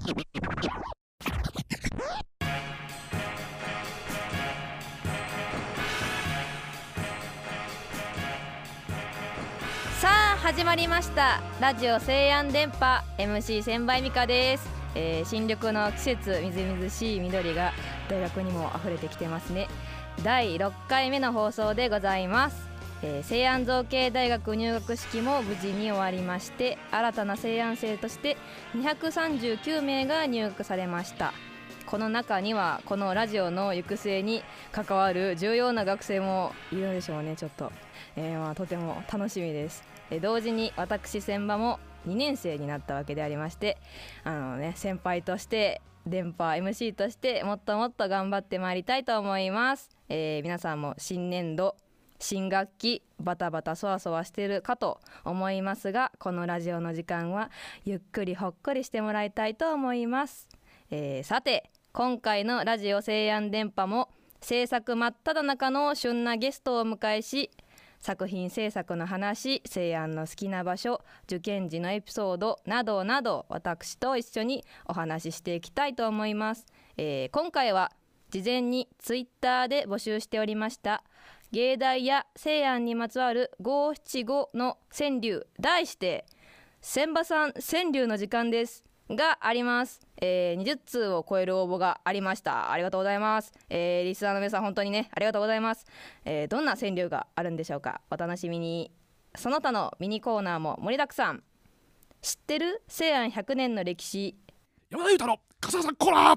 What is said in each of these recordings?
さあ始まりましたラジオ西安電波 MC 千倍美香です。新緑の季節、みずみずしい緑が大学にも溢れてきてますね。第6回目の放送でございます。西安造形大学入学式も無事に終わりまして、新たな西安生として239名が入学されました。この中にはこのラジオの行く末に関わる重要な学生もいるでしょうね。ちょっと、とても楽しみです。同時に私千葉も2年生になったわけでありまして、先輩として電波 MC としてもっともっと頑張ってまいりたいと思います。皆さんも新年度新学期バタバタそわそわしているかと思いますが、このラジオの時間はゆっくりほっこりしてもらいたいと思います。さて今回のラジオ西安電波も制作真っ只中の旬なゲストをお迎えし、作品制作の話、西安の好きな場所、受験時のエピソードなどなど、私と一緒にお話ししていきたいと思います。今回は事前にツイッターで募集しておりました芸大や西安にまつわる五七五の川柳、題して千葉さん川柳の時間ですがあります。20通を超える応募がありました。ありがとうございます。リスナーの皆さん本当にねありがとうございます。どんな川柳があるんでしょうか。お楽しみに。その他のミニコーナーも盛りだくさん。知ってる西安100年の歴史、 山田裕太の笠原さんコラ。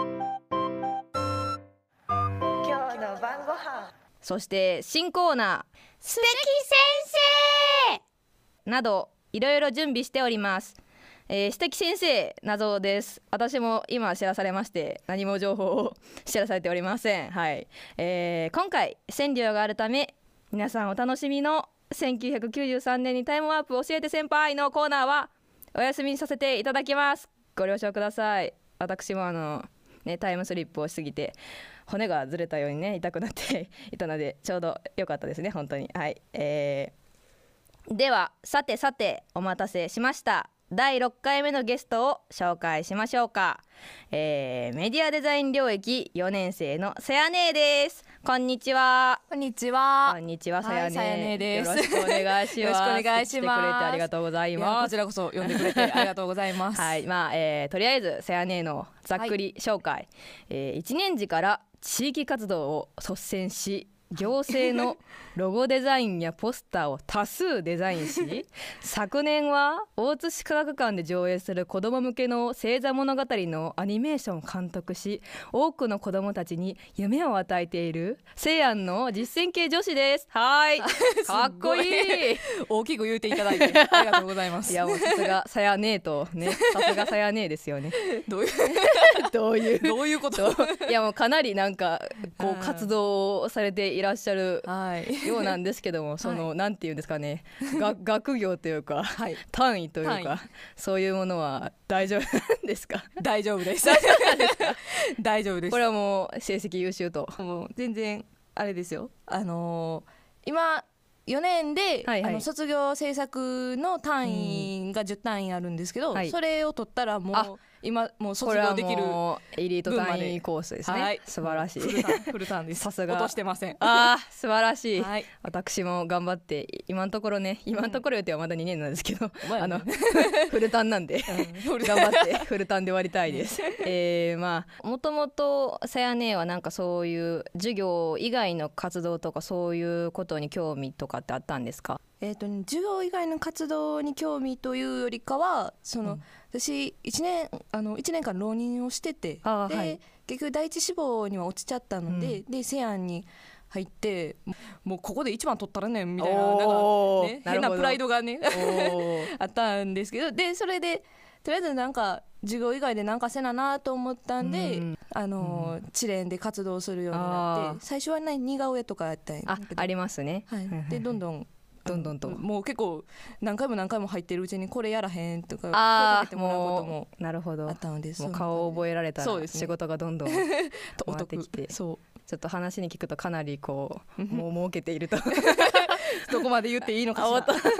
今日の晩ご飯。 そして新コーナー素敵先などいろいろ準備しております。素敵先生謎です。私も今知らされまして何も情報を知らされておりません。はい、今回川柳があるため皆さんお楽しみの1993年にタイムワープ教えて先輩のコーナーはお休みにさせていただきます。ご了承ください。私もタイムスリップをしすぎて骨がずれたようにね痛くなっていたのでちょうど良かったですね本当に。はい、ではさてお待たせしました。第6回目のゲストを紹介しましょうか。メディアデザイン領域4年生のさやねです。こんにちは。 こんにちは。 こんにちは、さやね、 さやねです。 よろしくお願いします。 よろしくお願いします。 来てくれてありがとうございます。 こちらこそ呼んでくれてありがとうございます。 はい、とりあえずさやねのざっくり紹介、1年時から地域活動を率先し、行政のロゴデザインやポスターを多数デザインし昨年は大津市科学館で上映する子ども向けの星座物語のアニメーションを監督し、多くの子どもたちに夢を与えている西安の実践系女子です。はいかっこいい大きく言っていただいてありがとうございます。 いやもうさすがさやねとね、さすがさやねですよねどういうどういうこといやもうかなりなんかこう活動をされていらっしゃるようなんですけども、そのなんていうんですかね、学業というか、単位というかそういうものは大丈夫なんですか。 大丈夫です大丈夫です。 これはもう成績優秀と。 もう全然あれですよ。今4年で、卒業制作の単位が10単位あるんですけど、それを取ったらもう今もう卒業できる。これはもうエリート単位コースですね。素晴らしい。 フルターンです。 さすが落としてません。 素晴らしい。私も頑張って今のところね、今のところ予定はまだ2年なんですけど、フルターンなんで頑張ってフルターンで終わりたいです。もともとさやねはなんかそういう授業以外の活動とかそういうことに興味とかってあったんですか。 授業以外の活動に興味というよりかは私1年間浪人をしてて、で結局第一志望には落ちちゃったので、で西安に入ってもうここで1番取ったらねみたいな、変なプライドがねあったんですけど、でそれでとりあえずなんか授業以外でなんかせななと思ったんで、知連で活動するようになって、最初はね似顔絵とかやったんやけど、 ありますね。 でどんどんともう結構何回も入ってるうちにこれやらへんとか声かけてもらうこともあったので、 もう顔を覚えられたら仕事がどんどん回ってきて、ちょっと話に聞くとかなりこうもう儲けているとどこまで言っていいのかしらす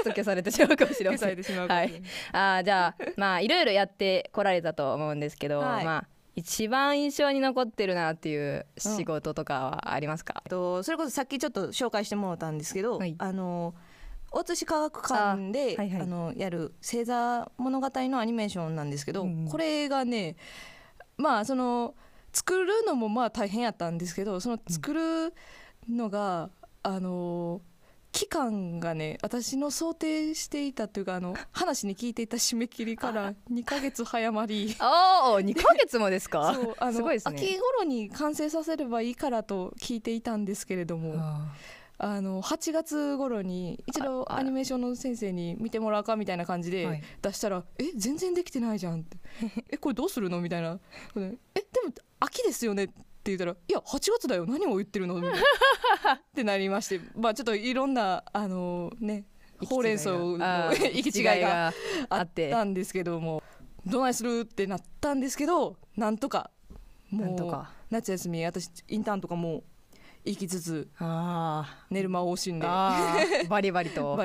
消されてしまうかもしれません。 消されてしまうかもしれない。 じゃあまあいろいろやってこられたと思うんですけど、 はい、 まあ一番印象に残ってるなっていう仕事とかはありますか？ それこそさっきちょっと紹介してもらったんですけど、大津市科学館でやる星座物語のアニメーションなんですけど、これがね、まあその作るのもまあ大変やったんですけど、その作るのが期間がね、私の想定していたというか話に聞いていた締め切りから2ヶ月早まり 2ヶ月もですか？ そうすごいですね。 秋頃に完成させればいいからと聞いていたんですけれども、8月頃に一度アニメーションの先生に見てもらうかみたいな感じで出したら、全然できてないじゃんってこれどうするのみたいなでも秋ですよねって言ったら、いや8月だよ何を言ってるのみたいなってなりまして、まあちょっといろんなほうれん草の行き違いがあったんですけども、どないするってなったんですけど、なんとかもう夏休み私インターンとかも行きつつ寝る間を惜しんでバリバリと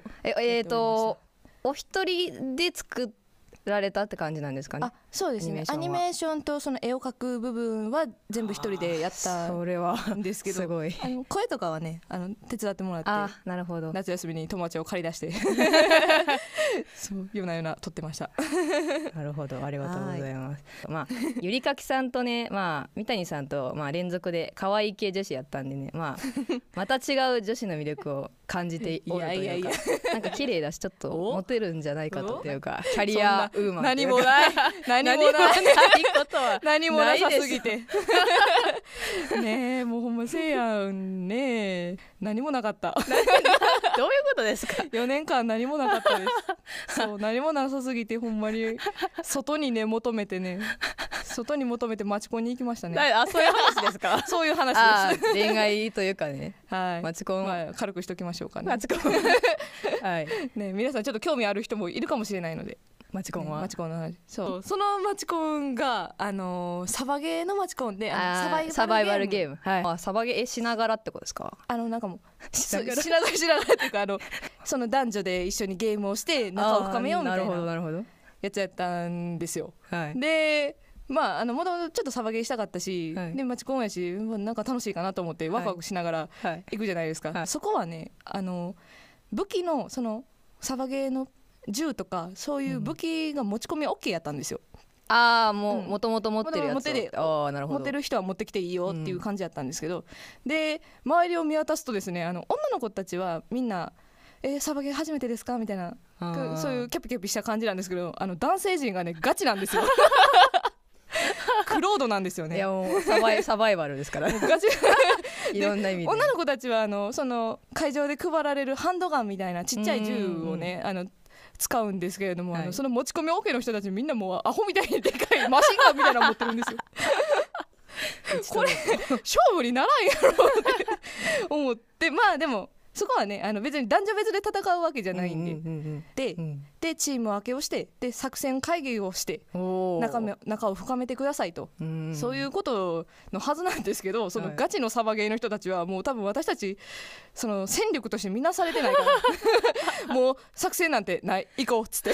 お一人で作られたって感じなんですかね？ そうですね。アニメーションとその絵を描く部分は全部一人でやったんですけど、 すごい声とかはね手伝ってもらって、 なるほど、 夏休みに友達を借り出してそう夜な夜な撮ってましたなるほど、ありがとうございます。まあゆりかきさんとね、三谷さんと連続で可愛い系女子やったんでね、また違う女子の魅力を感じておるというか、なんか綺麗だしちょっとモテるんじゃないかというか、キャリアウーマン何もないことは何もなさすぎてねえ、もうほんませいやんね、何もなかったどういうことですか ？4年間何もなかったですそう何もなさすぎて、ほんまに外に求めて町コンに行きましたね。 そういう話ですか？ そういう話です。 恋愛というかね、 町コン、軽くしときましょうかね。 町コンね、皆さんちょっと興味ある人もいるかもしれないので、 町コンは、 町コンの話、その町コンがサバゲーの町コンでサバイバルゲーム、サバゲーしながらってことですか？ なんかもうしながらっていうかその男女で一緒にゲームをして仲を深めようみたいなやつやったんですよ。でもともとちょっとサバゲーしたかったし、で町コンやしなんか楽しいかなと思ってワクワクしながら行くじゃないですか。そこはね武器のそのサバゲーの銃とかそういう武器が持ち込み OK やったんですよ。 もともと持ってるやつを持ってる人は持ってきていいよっていう感じやったんですけど、で周りを見渡すとですね、女の子たちはみんなサバゲー初めてですかみたいな、そういうキャピキャピした感じなんですけど、男性陣がねガチなんですよクロードなんですよね。 いやもうサバイバルですからガチいろんな意味で女の子たちはその会場で配られるハンドガンみたいなちっちゃい銃をね使うんですけれども、その持ち込み OK の人たちみんなもうアホみたいにでかいマシンガンみたいなの持ってるんですよこれ勝負にならんやろって思って、でもそこはね別に男女別で戦うわけじゃないんで、でチーム分けをして、で作戦会議をして仲を深めてくださいと、そういうことのはずなんですけど、そのガチのサバゲーの人たちはもう多分私たちその戦力として見なされてないからもう作戦なんてない、行こうっつって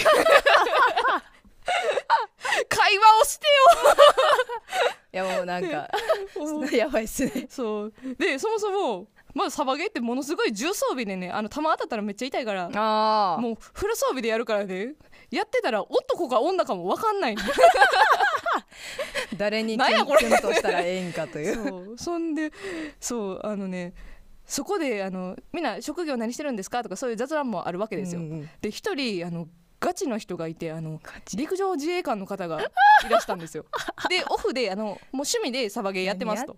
会話をしてよいやもうなんかやばいっすね。 そうでそもそもサバゲーってものすごい重装備でね、弾当たったらめっちゃ痛いから、もうフル装備でやるからね、やってたら男か女かも分かんない誰にキュンとしたらええんかというそんでそこでみんな職業何してるんですかとかそういう雑談もあるわけですよ。で一人ガチの人がいて陸上自衛官の方がいらしたんですよでオフでもう趣味でサバゲーやってますと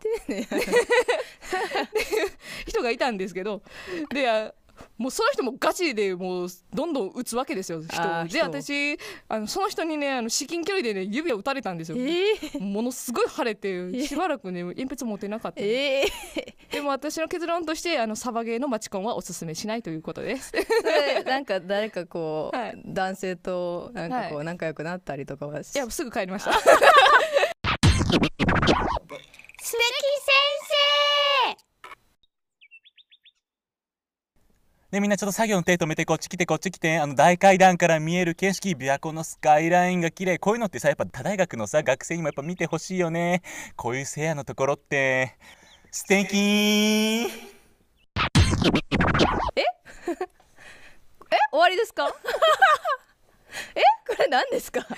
人がいたんですけど、でもうその人もガチでもうどんどん撃つわけですよ人で、私その人にね至近距離でね指を撃たれたんですよ、ものすごい腫れてしばらくね鉛筆持てなかった、でも私の結論としてサバゲーのマチコンはおすすめしないということですそれなんか誰かこう、男性となんかこう仲良くなったりとかは、いやすぐ帰りました素敵先生でみんなちょっと作業の手止めてこっち来て大階段から見える景色、琵琶湖のスカイラインが綺麗。こういうのってさやっぱ他大学のさ学生にもやっぱ見てほしいよね。こういうせいやのところって素敵終わりですか？これ何ですか？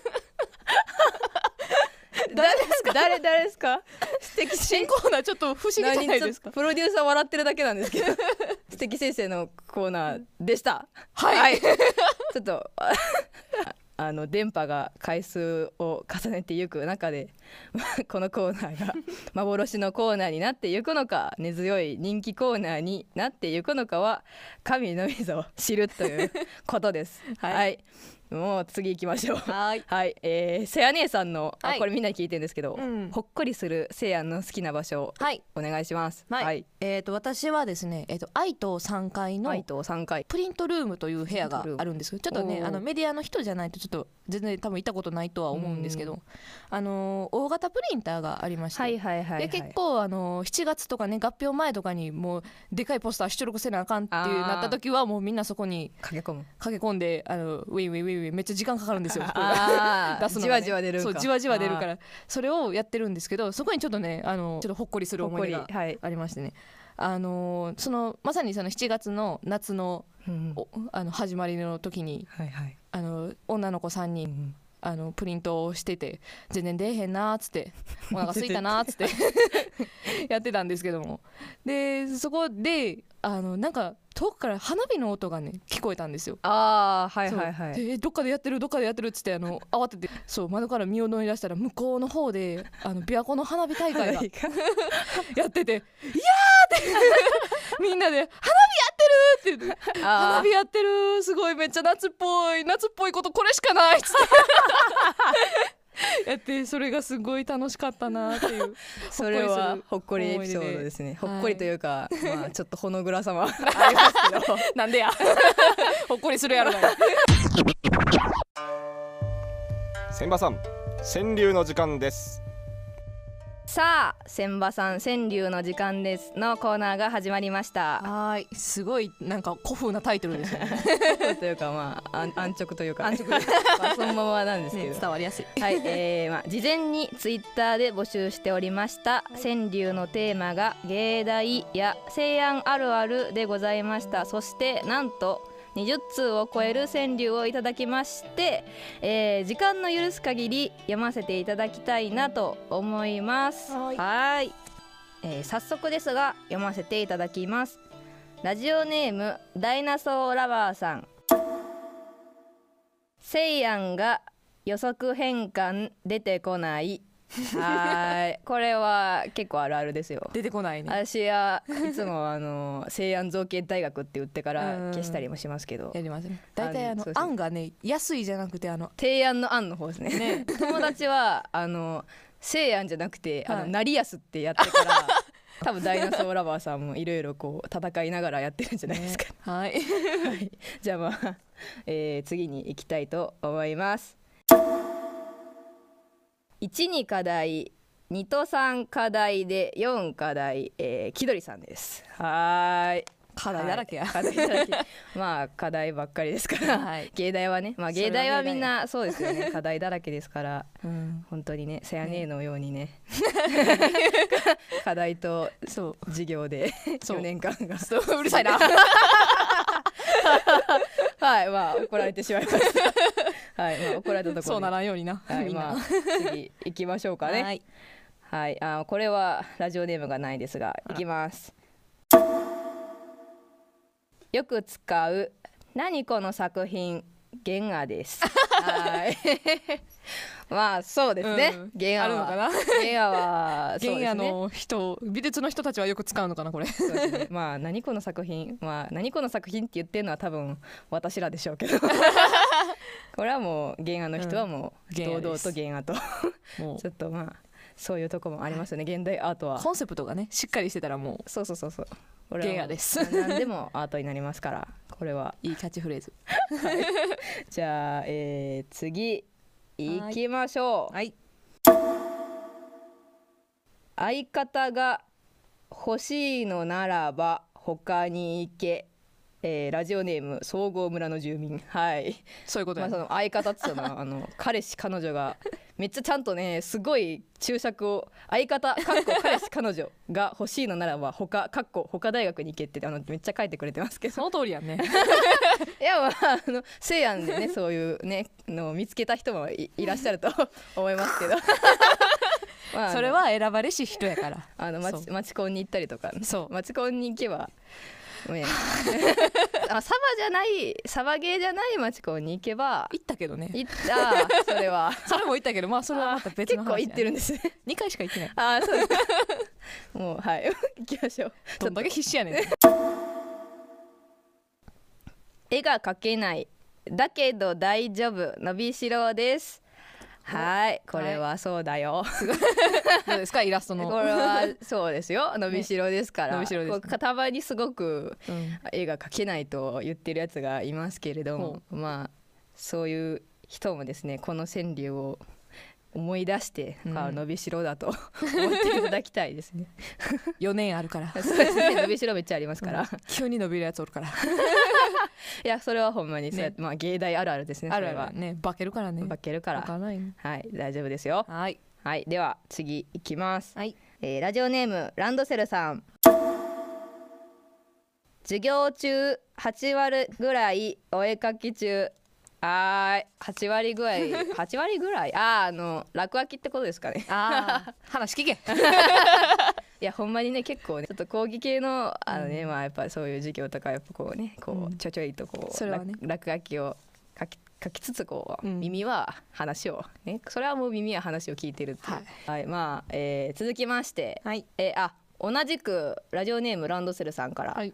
誰ですか？素敵新コーナーちょっと不思議じゃないですか？ プロデューサー笑ってるだけなんですけど素敵先生のコーナーでした。 はい、 ちょっと電波が回数を重ねていく中でこのコーナーが幻のコーナーになっていくのか、根強い人気コーナーになっていくのかは神のみぞ知るということですはい、もう次行きましょう。はい、せや姉さんの、これみんなに聞いてるんですけど、ほっこりするせやの好きな場所をお願いします。 私はですね、愛と3階のプリントルームという部屋があるんですけど、ちょっとねメディアの人じゃないとちょっと全然多分行ったことないとは思うんですけど、大型プリンターがありまして、で結構7月とかね合併前とかにもうでかいポスター出力せなあかんっていうなった時はもうみんなそこに駆け込んでウィンウィンウィンウィンめっちゃ時間かかるんですよ。出すのがね、 じわじわ出るんか。 そうじわじわ出るからそれをやってるんですけど、そこにちょっとねちょっとほっこりする思い出がありましてね、まさにその7月の夏の、始まりの時に、女の子3人、プリントをしてて全然出えへんなーっつってお腹空いたなーっつってやってたんですけども、でそこでなんか遠くから花火の音がね聞こえたんですよ。でどっかでやってるっつって慌ててそう窓から身を乗り出したら向こうの方で琵琶湖の花火大会がやってていやーってみんなで花火やってるって言って花火やってるすごいめっちゃ夏っぽいことこれしかないっつってやってそれがすごい楽しかったなっていうそれはほっこりエピソードですね。ほっこりというか、ちょっとほの暗さもありますけどなんでやほっこりするやろな千葉さん川柳の時間です。 さあ千葉さん川柳の時間ですのコーナーが始まりました。 はい、すごいなんか古風なタイトルですよね古風というか安直というかそのままなんですけど、 伝わりやすい。 はい、事前にツイッターで募集しておりました川柳のテーマが芸大や西安あるあるでございました。そしてなんと20通を超える川柳をいただきまして、時間の許す限り読ませていただきたいなと思います。はい、早速ですが読ませていただきます。ラジオネームダイナソーラバーさん。西安が予測変換出てこない。はいこれは結構あるあるですよ。 出てこないね。 私はいつも西安造形大学って言ってから消したりもしますけどやりますね。大体案がね安いじゃなくて提案の案の方ですね友達は西安じゃなくて成安ってやってから多分ダイナソーラバーさんもいろいろこう戦いながらやってるんじゃないですか、ねはい、 じゃあ次に行きたいと思います。1に課題2と3課題で4課題、木鳥さんです。はい課題だらけや、 課題だらけ課題ばっかりですから、芸大はね、芸大はみんなそうですよね課題だらけですから、本当にねせやねえのようにね課題と授業で4年間がうるさいなはい怒られてしまいましたはい、怒られたところそうならんようにな、みんな次行きましょうかね。はい、これはラジオネームがないですが行きます。よく使う何この作品原画ですはいそうですね、原画は原画は原画の人美術の人たちはよく使うのかなこれそうですね、何この作品何この作品って言ってるのは多分私らでしょうけどこれはもう原画の人はもう堂々と原画とちょっとそういうとこもありますよね。現代アートはコンセプトがねしっかりしてたらもうそう原画です何でもアートになりますからこれはいいキャッチフレーズじゃあ、次行きましょう。相方が欲しいのならば他に行けラジオネーム総合村の住民。はい、 そういうことや、 その相方っていうのは彼氏彼女がめっちゃちゃんとねすごい注釈を、相方かっこ彼氏彼女が欲しいのならば他かっこ他大学に行けってめっちゃ書いてくれてますけど、 その通りやねいや西安でねそういうねのを見つけた人も いらっしゃると思いますけどまあ、 それは選ばれし人やからマチコンに行ったりとか、 そうマチコンに行けばねサバゲーじゃないマチコンに行けば行ったけどね、 行ったそれはそれも行ったけど、まあそれはまた別の話、 結構行ってるんですね 2回しか行ってない。 あそうですもうはい行きましょう。 どんだけ必死やねん絵が描けないだけど大丈夫のびしろです。はい、これはそうだよ、 どうですかイラストのこれはそうですよ、伸びしろですから、 伸びしろですねこうたまにすごく絵が描けないと言ってるやつがいますけれども、まあそういう人もですねこの川柳を思い出して、伸びしろだと思っていただきたいですね 4年あるからそうですね、伸びしろめっちゃありますから、 急に伸びるやつおるからいやそれはほんまにそうやって、 ね、 芸大あるあるですね。 あるあるね、化けるからね、 化けるから化かないね、 はい大丈夫ですよ。 はい、 はい、では次いきます、 はい。 ラジオネームランドセルさん。授業中8割ぐらいお絵かき中。8割ぐらい8割ぐらい落書きってことですかね。 話聞けいやほんまにね結構ねちょっと講義系のまあやっぱそういう授業とかやっぱこうねちょちょいとこう、 それはね、 落書きを書きつつ耳は話をね、それはもう耳は話を聞いてるっていう、はいまあ続きまして、はい、同じくラジオネームランドセルさんから、はい、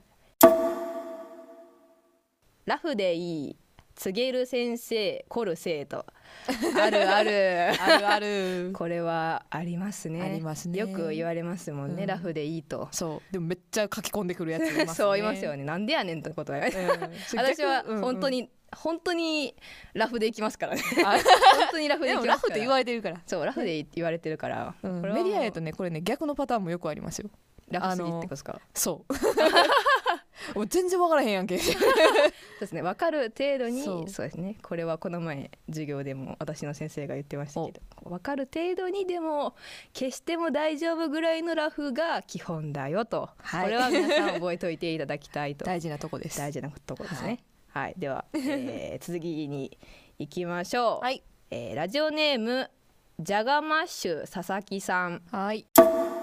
ラフでいい告げる先生凝る生徒あるあるあるあるこれはありますね。 ありますね、 よく言われますもんね、ラフでいいと。 そうでもめっちゃ書き込んでくるやついますねそういますよね。なんでやねんってことは、私は本当にラフでいきますからね本当にラフでいきますから。 でもラフって言われてるから、 そうラフで言われてるから、 メディアやとねこれね逆のパターンもよくありますよ。 ラフすぎってことですか。 そうもう全然分からへんやんけそうですね、分かる程度にそうですね。これはこの前授業でも私の先生が言ってましたけど、分かる程度にでも消しても大丈夫ぐらいのラフが基本だよと、これは皆さん覚えておいていただきたいと大事なとこです。 大事なとこですね。はい、では、次に行きましょう。はい、ラジオネームジャガマッシュ佐々木さん。はい、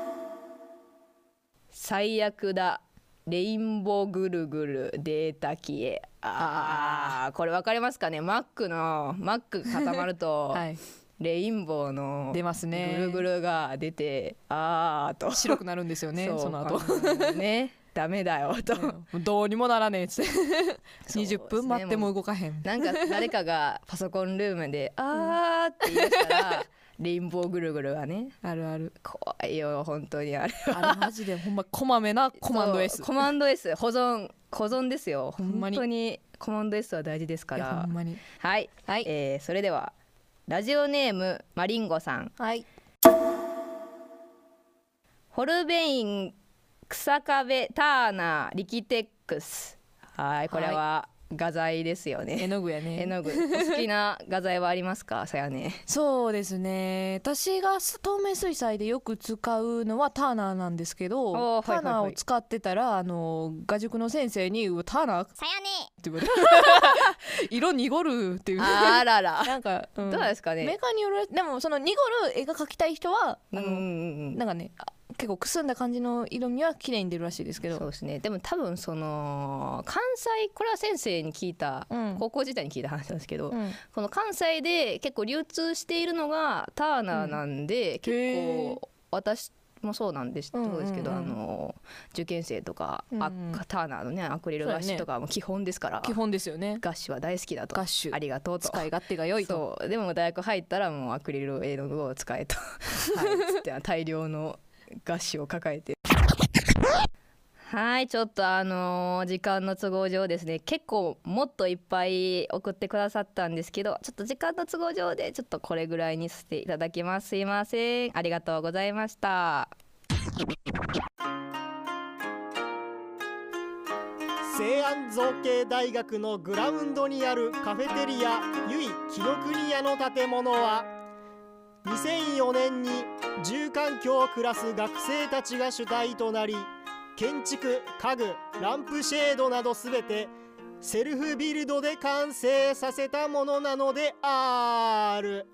最悪だレインボーぐるぐるデータ消え。これ分かりますかね。マックが固まると、はい、レインボーの出ますね、 ぐるぐるが出てと白くなるんですよねその後ねダメだよとどうにもならねえっつって20分待っても動かへん。 なんか誰かがパソコンルームでって言い出したらレインボーぐるぐるがねあるある。 怖いよ本当にあれマジでほんまこまめなコマンド S コマンド S 保存ですよ。本当にコマンド S は大事ですから。 ほんまに。 はい、はい、それではラジオネームマリンゴさん。はい、ホルベイン草壁ターナーリキテックス。はい、これは画材ですよね。 絵の具やね。 絵の具。お好きな画材はありますか、さやね。 そうですね。私が透明水彩でよく使うのはターナーなんですけど、ターナーを使ってたら画塾の先生にターナーさやねって言われて色濁るっていう。 あらら。 なんか、 どうですかね。 メーカーによる。でもその濁る絵が描きたい人はなんかね。結構くすんだ感じの色味は綺麗に出るらしいですけど。 そうですね。でも多分その関西、これは先生に聞いた、高校時代に聞いた話なんですけど、この関西で結構流通しているのがターナーなんで、結構私もそうなんですけど、受験生とか、ターナーのねアクリルガッシュとかも基本ですから。 基本ですよね。 ガッシュは大好きだと。 ガッシュありがとうと。 使い勝手が良いと。そうでも大学入ったらもうアクリル絵の具を使えと。はい。つって大量のガッシュを抱えて。はい、ちょっと時間の都合上ですね、結構もっといっぱい送ってくださったんですけど、ちょっと時間の都合上でちょっとこれぐらいにさせていただきます。すいません、ありがとうございました。 西安造形大学のグラウンドにあるカフェテリア由比紀ノ国屋の建物は2004年に住環境を暮らす学生たちが主体となり、建築、家具、ランプシェードなどすべてセルフビルドで完成させたものなのである。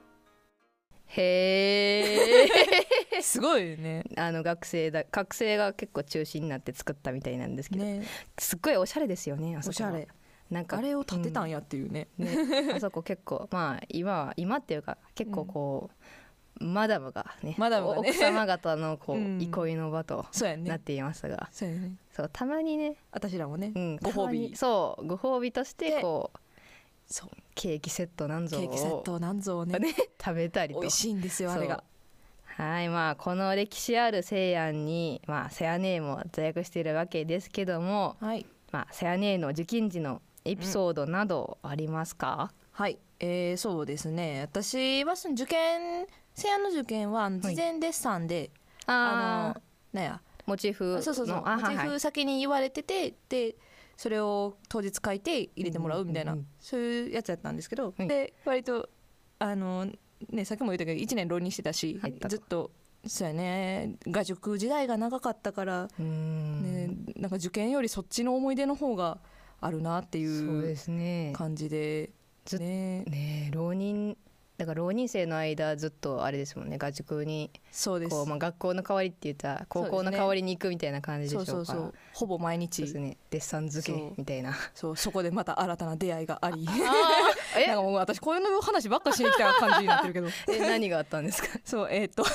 へーすごいね。 学生が結構中心になって作ったみたいなんですけど、ね、すっごいおしゃれですよね。あそこおしゃれ。 なんかあれを建てたんやっていうね。 ねあそこ結構まあ今っていうか結構こう、マダムがね、奥様方のこう、憩いの場となっていますが、 そうやね。 そうたまにね、 私らもね、 ご褒美、そうご褒美としてこう。 そうケーキセットなんぞをね食べたりと美味しいんですよあれが。 はい、まあこの歴史ある西安にセアネーも在学しているわけですけども、 はい、 セアネーの受験時のエピソードなどありますか？ はい、そうですね。私はその西安の受験は事前デッサンで、なんやモチーフのモチーフ先に言われてて、でそれを当日書いて入れてもらうみたいな、そういうやつやったんですけど、で割とね、さっきも言ったけど1年浪人してたし、ずっとそうやね、画塾時代が長かったから、ね、なんか受験よりそっちの思い出の方があるなっていう感じで、 ね、浪人生の間ずっとあれですもんね、画塾にそうです、 学校の代わりって言ったら高校の代わりに行くみたいな感じでしょうから、 そうほぼ毎日ですね、デッサン漬けみたいな、 そこでまた新たな出会いがありなんかもう私こういう話ばっかしに来た感じになってるけど何があったんですか？ そう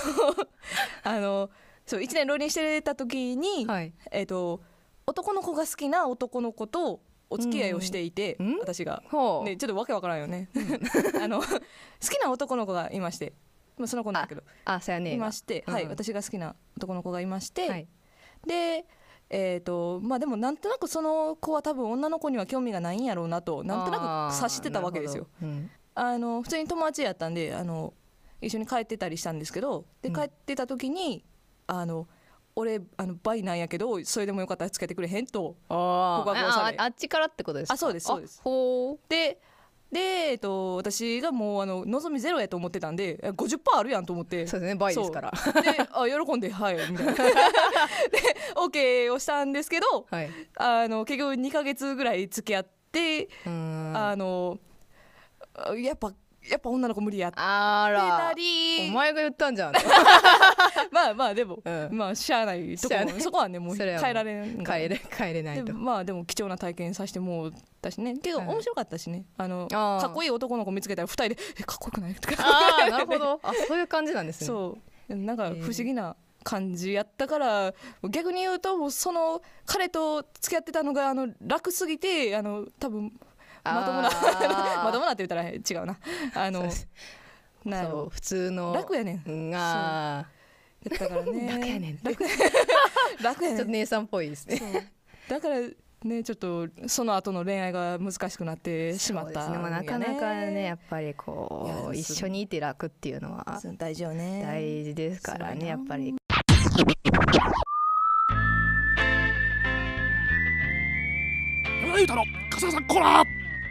そう1年浪人してた時に、男の子が好きな男の子とお付き合いをしていて、私が、ね、ちょっとわけわからんよね好きな男の子がいまして、その子なんだけどいまして、私が好きな男の子がいまして、ででもなんとなくその子は多分女の子には興味がないんやろうなとなんとなく察してたわけですよ。普通に友達やったんで一緒に帰ってたりしたんですけど、で帰ってた時に俺バイなんやけどそれでもよかったらつけてくれへんと告白をされ、 あっちからってことですか？ そうですで私がもう望みゼロやと思ってたんで 50% あるやんと思って、 そうですね、倍ですからで喜んではいみたいなで OK をしたんですけど、結局2ヶ月ぐらい付き合ってやっぱ女の子無理やってなり、 お前が言ったんじゃんまあでも、しゃあないとこそこはねもう変えられんから帰れないと、 でも貴重な体験させてもらったしね、けど面白かったしね、かっこいい男の子見つけたら2人でかっこよくないとかなるほどそういう感じなんですね。 そうなんか不思議な感じやったから、逆に言うともうその彼と付き合ってたのが楽すぎて多分まともなって言ったら違うなそう普通の楽やねんやったからね楽やねん楽やねんちょっと姉さんっぽいですね。 だからねちょっとその後の恋愛が難しくなってしまった、 なかなかねやっぱりこう一緒にいて楽っていうのは大事よね、 大事ですからね、やっぱり。 山田裕太の笠原さんコラ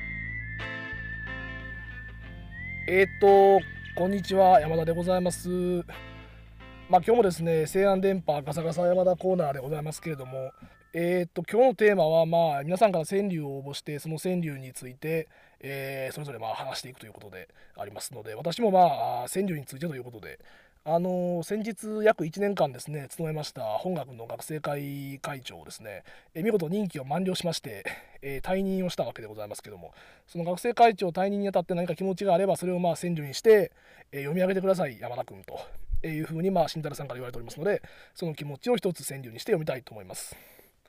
こんにちは、山田でございます。今日もですね、西安電波ガサガサ山田コーナーでございますけれども、今日のテーマは皆さんから川柳を応募して、その川柳について、それぞれ話していくということでありますので、私も川柳についてということで、先日約1年間ですね務めました本学の学生会会長をですね、見事任期を満了しまして、退任をしたわけでございますけども、その学生会長退任にあたって何か気持ちがあればそれを川柳にして、読み上げてください山田君というふうに慎太郎さんから言われておりますので、その気持ちを一つ川柳にして読みたいと思います。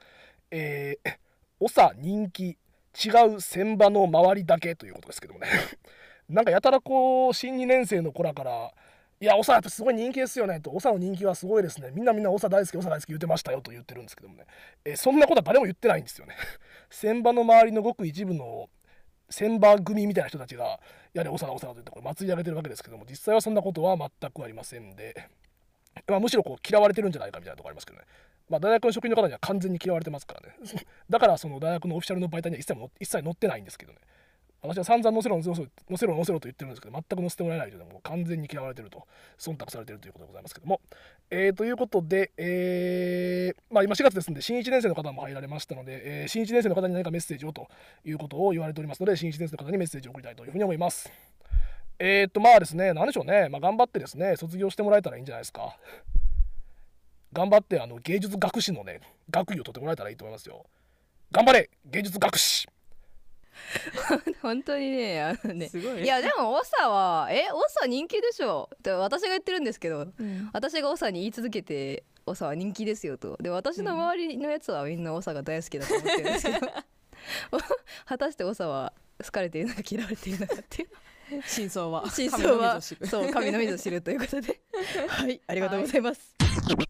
長人気違う船場の周りだけということですけどもねなんかやたら新2年生の子らからいや、長やっぱすごい人気ですよねと、長の人気はすごいですね、みんな長大好き長大好き言ってましたよと言ってるんですけどもね、そんなことは誰も言ってないんですよね船場の周りのごく一部の船場組みたいな人たちがやれ長だと言って祭り上げてるわけですけども、実際はそんなことは全くありませんで、むしろ嫌われてるんじゃないかみたいなところありますけどね、 大学の職員の方には完全に嫌われてますからねだからその大学のオフィシャルの媒体には一切載ってないんですけどね。私は散々載せろと言ってるんですけど、全く載せてもらえないというのはもう完全に嫌われてると、忖度されてるということでございますけども、ということで、今4月ですので新1年生の方も入られましたので、新1年生の方に何かメッセージをということを言われておりますので、新1年生の方にメッセージを送りたいというふうに思います。ですね、何でしょうね、頑張ってですね卒業してもらえたらいいんじゃないですか。頑張って芸術学士のね学位を取ってもらえたらいいと思いますよ。頑張れ芸術学士本当にねすごいね。 いやでも長は長人気でしょって私が言ってるんですけど、私が長に言い続けて長は人気ですよと。で私の周りのやつはみんな長が大好きだと思ってるんですけど果たして長は好かれているのか嫌われているのかっていう真相はそう神のみぞ知るということではいありがとうございます、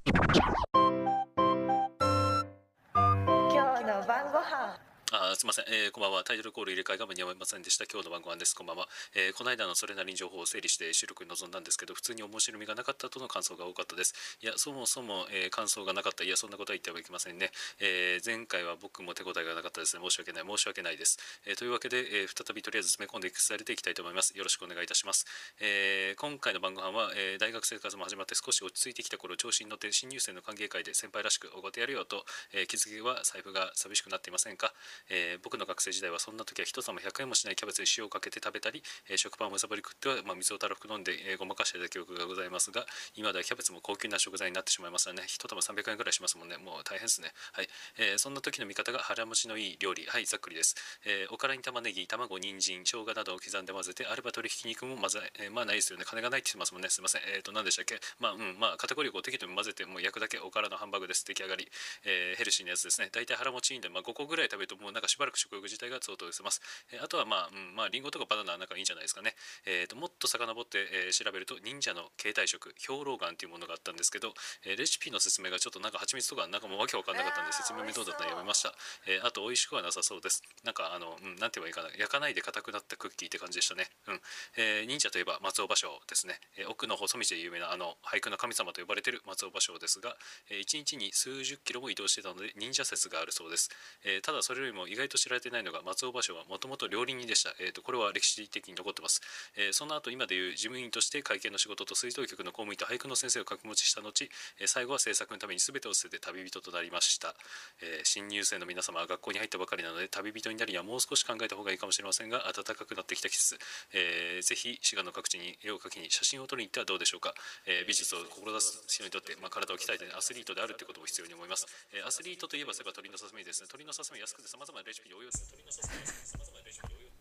今日の晩ご飯。 すみません、こんばんは。タイトルコール入れ替えが間に合いませんでした。今日の晩ご飯です。こんばんは。この間のそれなりに情報を整理して収録に臨んだんですけど、普通に面白みがなかったとの感想が多かったです。いやそもそも、感想がなかった。いやそんなことは言ってはいけませんね。前回は僕も手応えがなかったですね。申し訳ないです。というわけで、再びとりあえず詰め込んで伝えていきたいと思います。よろしくお願いいたします。今回の晩ご飯は、大学生活も始まって少し落ち着いてきた頃、調子に乗って新入生の歓迎会で先輩らしくおごってやるよと、気づきは財布が寂しくなっていませんか。僕の学生時代はそんな時は一玉100円もしないキャベツに塩をかけて食べたり、食パンをむさぼり食っては、水をたらふく飲んで、ごまかしていた記憶がございますが、今ではキャベツも高級な食材になってしまいますよね。一玉300円ぐらいしますもんね。もう大変ですね。はい。そんな時の味方が腹持ちのいい料理。はい、ざっくりです。おからに玉ねぎ、卵、人参、生姜などを刻んで混ぜて、あれば鶏ひき肉も混ぜ、ないですよね。金がないって言ってますもんね。すいません。何でしたっけ。カテゴリーを適当に混ぜてもう焼くだけおからのハンバーグです。出来上がり。ヘルシーなやつですね。大体腹持ちいいんで、5個ぐらい食べるともうなんかしばらく食欲自体が相当せます。あとはリンゴとかバナナなんかいいんじゃないですかね。もっと遡って、調べると忍者の携帯食兵糧丸というものがあったんですけど、レシピの説明がちょっとなんか蜂蜜とかなんかもうわけわかんなかったんで説明面倒だったらやめました。あと美味しくはなさそうです。なんかなんて言えばいいかな、焼かないで硬くなったクッキーって感じでしたね。忍者といえば松尾芭蕉ですね。奥の細道で有名な俳句の神様と呼ばれている松尾芭蕉ですが、1日に数十キロも移動してたので忍者説があるそうです。ただそれよりも意外と知られていないのが松尾芭蕉はもともと料理人でした。これは歴史的に残ってます。その後今でいう事務員として会計の仕事と水道局の公務員と俳句の先生を掛け持ちした後、最後は制作のために全てを捨てて旅人となりました。新入生の皆様は学校に入ったばかりなので旅人になるにはもう少し考えた方がいいかもしれませんが、暖かくなってきた季節、ぜひ滋賀の各地に絵を描きに写真を撮りに行ってはどうでしょうか。美術を志す人にとって、体を鍛えてアスリートであるということも必要に思います。アスリートといえばそういえば鳥のささみですね。鳥のささみ安くてさまざまなレシピで応用する。鳥のささみさまざまなレシピで応用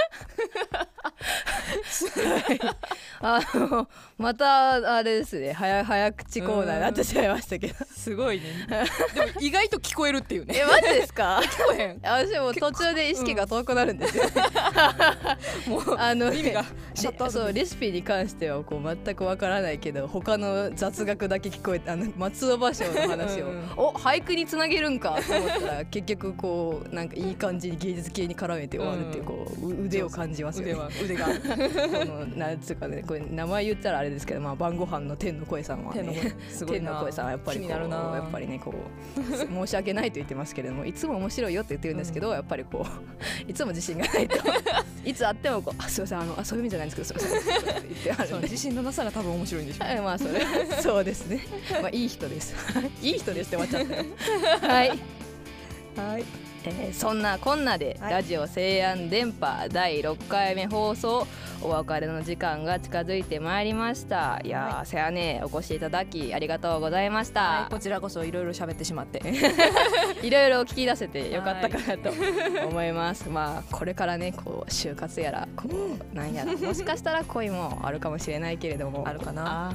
またあれですね、早口コーナーになってしまいましたけどすごいねでも意外と聞こえるっていうねマジですか聞こえへん。 私も途中で意識が遠くなるんですよ、 もう意味がそうレシピに関してはこう全くわからないけど他の雑学だけ聞こえて松尾芭蕉の話を俳句につなげるんかと思ったら結局こうなんかいい感じに芸術系に絡めて終わるっていうこう腕を感じますよね。 腕がこのなんつうかね、これ名前言ったらあれですけど、晩ご飯の天の声さんはね、天の声さんはやっぱりこうやっぱりねこう申し訳ないと言ってますけれども、いつも面白いよって言ってるんですけど、やっぱりこういつも自信がないといつあってもこうすいませんそういう意味じゃないんですけどすいませんって言ってあるんで、自信のなさが多分面白いんでしょうね。そうですね。いい人ですいい人ですって終わっちゃったよはい、そんなこんなで、ラジオ西安電波第6回目放送お別れの時間が近づいてまいりました。いやー、せやねお越しいただきありがとうございました、 こちらこそいろいろ喋ってしまっていろいろ聞き出せてよかったかなと思います。これからねこう就活やらこうなんやらもしかしたら恋もあるかもしれないけれどもあるかな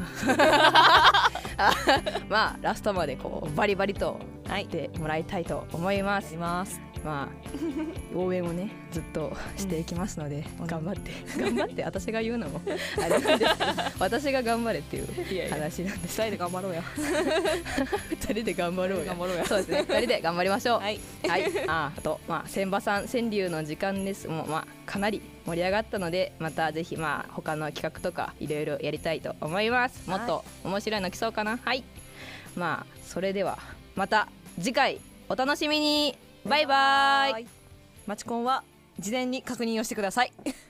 ラストまでこうバリバリとってもらいたいと思います。応援をねずっとしていきますので、頑張って私が言うのもあれなんですけど私が頑張れっていう話なんです。 2人で頑張ろうや 2人で頑張ろうやそうですね、2人で頑張りましょう。あと千葉さん川柳の時間です。もうかなり盛り上がったので、またぜひ他の企画とかいろいろやりたいと思います。もっと面白いの来そうかな。それではまた次回お楽しみに。バイバイ。 マチコンは事前に確認をしてください